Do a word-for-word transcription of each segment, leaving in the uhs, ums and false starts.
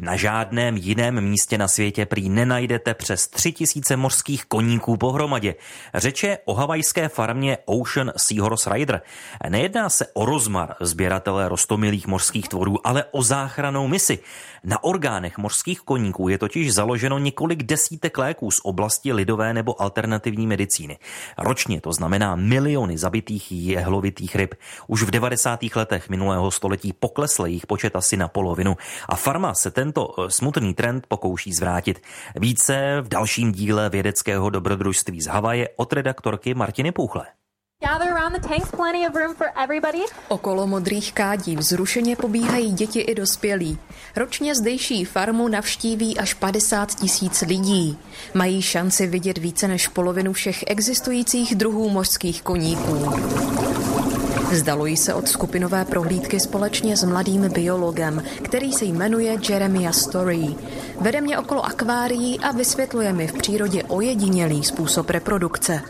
Na žádném jiném místě na světě prý nenajdete přes tři tisíce mořských koníků pohromadě. Řeč je o havajské farmě Ocean Seahorse Rider. Nejedná se o rozmar sběratele roztomilých mořských tvorů, ale o záchrannou misi. Na orgánech mořských koníků je totiž založeno několik desítek léků z oblasti lidové nebo alternativní medicíny. Ročně to znamená miliony zabitých jehlovitých ryb. Už v devadesátých letech minulého století poklesl jejich počet asi na polovinu a farma se tento smutný trend pokouší zvrátit. Více v dalším díle vědeckého dobrodružství z Havaje od redaktorky Martiny Půchlé. Okolo modrých kádí vzrušeně pobíhají děti i dospělí. Ročně zdejší farmu navštíví až padesát tisíc lidí. Mají šanci vidět více než polovinu všech existujících druhů mořských koníků. Vzdalují se od skupinové prohlídky společně s mladým biologem, který se jmenuje Jeremiah Story. Vede mě okolo akvárií a vysvětluje mi v přírodě ojedinělý způsob reprodukce.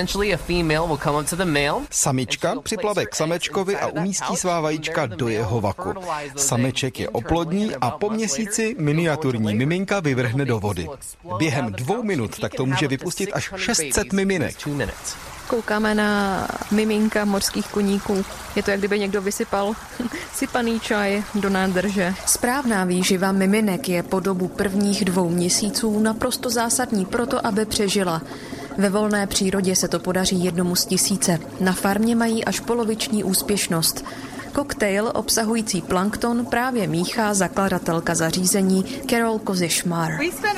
Samička připlave k samečkovi a umístí svá vajíčka do jeho vaku. Sameček je oplodní a po měsíci miniaturní miminka vyvrhne do vody. Během dvou minut tak to může vypustit až šest set miminek. Koukáme na miminka mořských koníků. Je to, jak kdyby někdo vysypal sypaný čaj do nádrže. Správná výživa miminek je po dobu prvních dvou měsíců naprosto zásadní proto, aby přežila. Ve volné přírodě se to podaří jednomu z tisíce. Na farmě mají až poloviční úspěšnost. Koktejl obsahující plankton právě míchá zakladatelka zařízení Carol Kozishmar.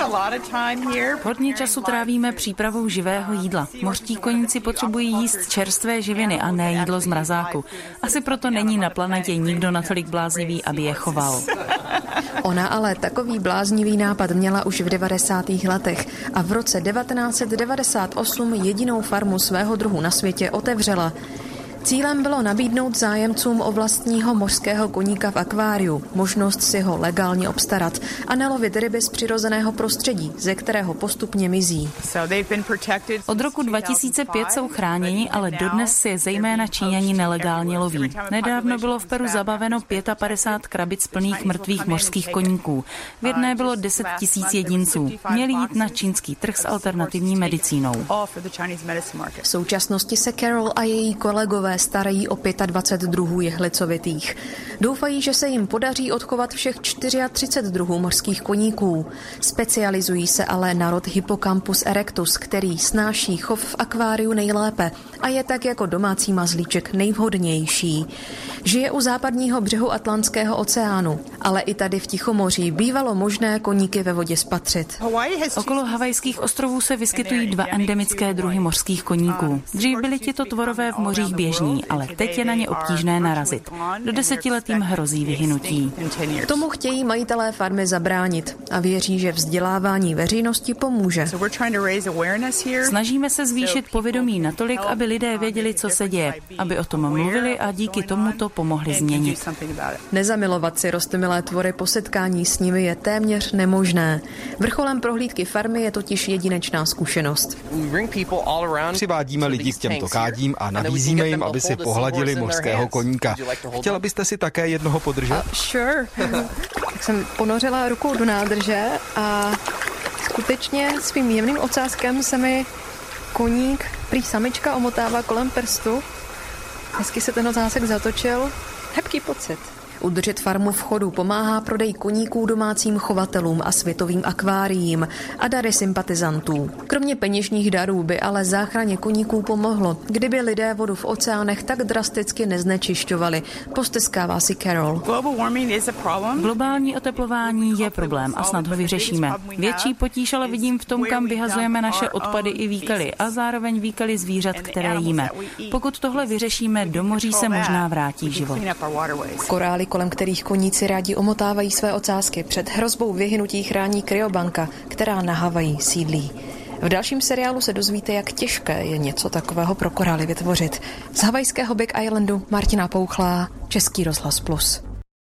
Hodně času trávíme přípravou živého jídla. Mořští koníci potřebují jíst čerstvé živiny a ne jídlo z mrazáku. Asi proto není na planetě nikdo natolik bláznivý, aby je choval. Ona ale takový bláznivý nápad měla už v devadesátých letech a v roce devatenáct set devadesát osm jedinou farmu svého druhu na světě otevřela. Cílem bylo nabídnout zájemcům o vlastního mořského koníka v akváriu možnost si ho legálně obstarat a nelovit ryby z přirozeného prostředí, ze kterého postupně mizí. Od roku dva tisíce pět jsou chráněni, ale dodnes si je zejména Číňani nelegálně loví. Nedávno bylo v Peru zabaveno padesát pět krabic plných mrtvých mořských koníků. V jedné bylo deset tisíc jedinců. Měli jít na čínský trh s alternativní medicínou. V současnosti se Carol a její kolegové starají o dvacet pět druhů jehlicovitých. Doufají, že se jim podaří odchovat všech třicet čtyři druhů mořských koníků. Specializují se ale na rod Hippocampus erectus, který snáší chov v akváriu nejlépe a je tak jako domácí mazlíček nejvhodnější. Žije u západního břehu Atlantského oceánu, ale i tady v Tichomoří bývalo možné koníky ve vodě spatřit. Okolo havajských ostrovů se vyskytují dva endemické druhy mořských koníků. Dřív byly tito tvorové v mořích běžní, ale teď je na ně obtížné narazit. Do deseti let jim hrozí vyhynutí. Tomu chtějí majitelé farmy zabránit a věří, že vzdělávání veřejnosti pomůže. Snažíme se zvýšit povědomí natolik, aby lidé věděli, co se děje, aby o tom mluvili a díky tomu to pomohli změnit. Nezamilovat si roztomilé tvory po setkání s nimi je téměř nemožné. Vrcholem prohlídky farmy je totiž jedinečná zkušenost. Přivádíme lidi k těmto kádím a nabízíme jim, aby si pohladili mořského koníka. Chtěla byste si také jednoho podržet? Uh, sure. Tak jsem ponořila ruku do nádrže a skutečně svým jemným ocáskem se mi koník, prý samička, omotává kolem prstu. Hezky se ten ocásek zatočil. Hebký pocit. Udržet farmu v chodu pomáhá prodej koníků domácím chovatelům a světovým akváriím a dary sympatizantů. Kromě peněžních darů by ale záchraně koníků pomohlo, kdyby lidé vodu v oceánech tak drasticky neznečišťovali, posteskává si Carol. Globální oteplování je problém a snad ho vyřešíme. Větší potíž ale vidím v tom, kam vyhazujeme naše odpady i výkaly a zároveň výkaly zvířat, které jíme. Pokud tohle vyřešíme, do moří se možná vrátí život. Korály, kolem kterých koníci rádi omotávají své ocásky, před hrozbou vyhynutí chrání Kryobanka, která na Havaji sídlí. V dalším seriálu se dozvíte, jak těžké je něco takového pro korály vytvořit. Z havajského Big Islandu Martina Pouchlá, Český rozhlas Plus.